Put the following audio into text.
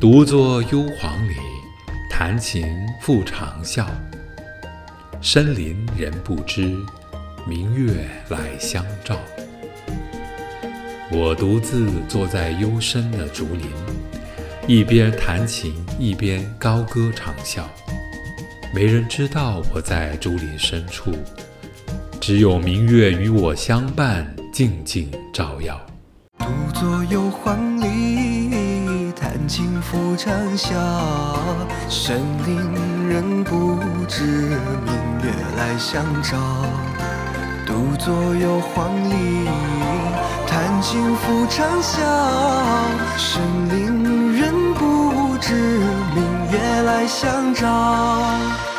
独坐幽篁里，弹琴复长啸。深林人不知，明月来相照。我独自坐在幽深的竹林，一边弹琴，一边高歌长啸。没人知道我在竹林深处，只有明月与我相伴，静静照耀。 独坐幽篁里，弹琴复长啸。深林人不知，明月来相照。独坐幽篁里，弹琴复长啸。深林人不知，明月来相照。